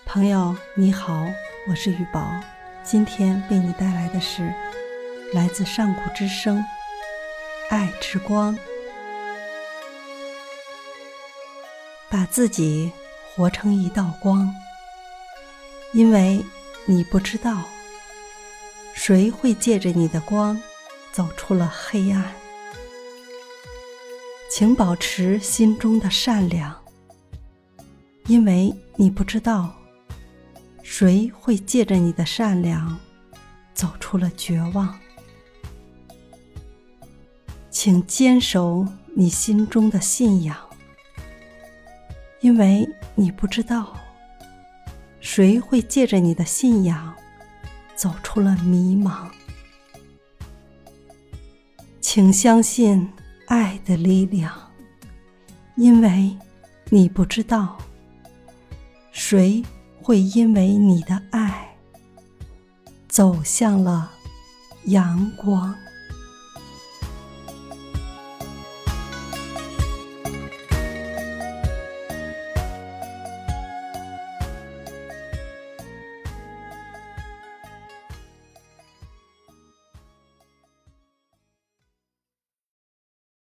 朋友你好，我是雨宝，今天为你带来的是来自上古之声爱之光。把自己活成一道光，因为你不知道谁会借着你的光走出了黑暗。请保持心中的善良，因为你不知道谁会借着你的善良走出了绝望。请坚守你心中的信仰，因为你不知道谁会借着你的信仰走出了迷茫。请相信爱的力量，因为你不知道谁会因为你的爱走向了阳光。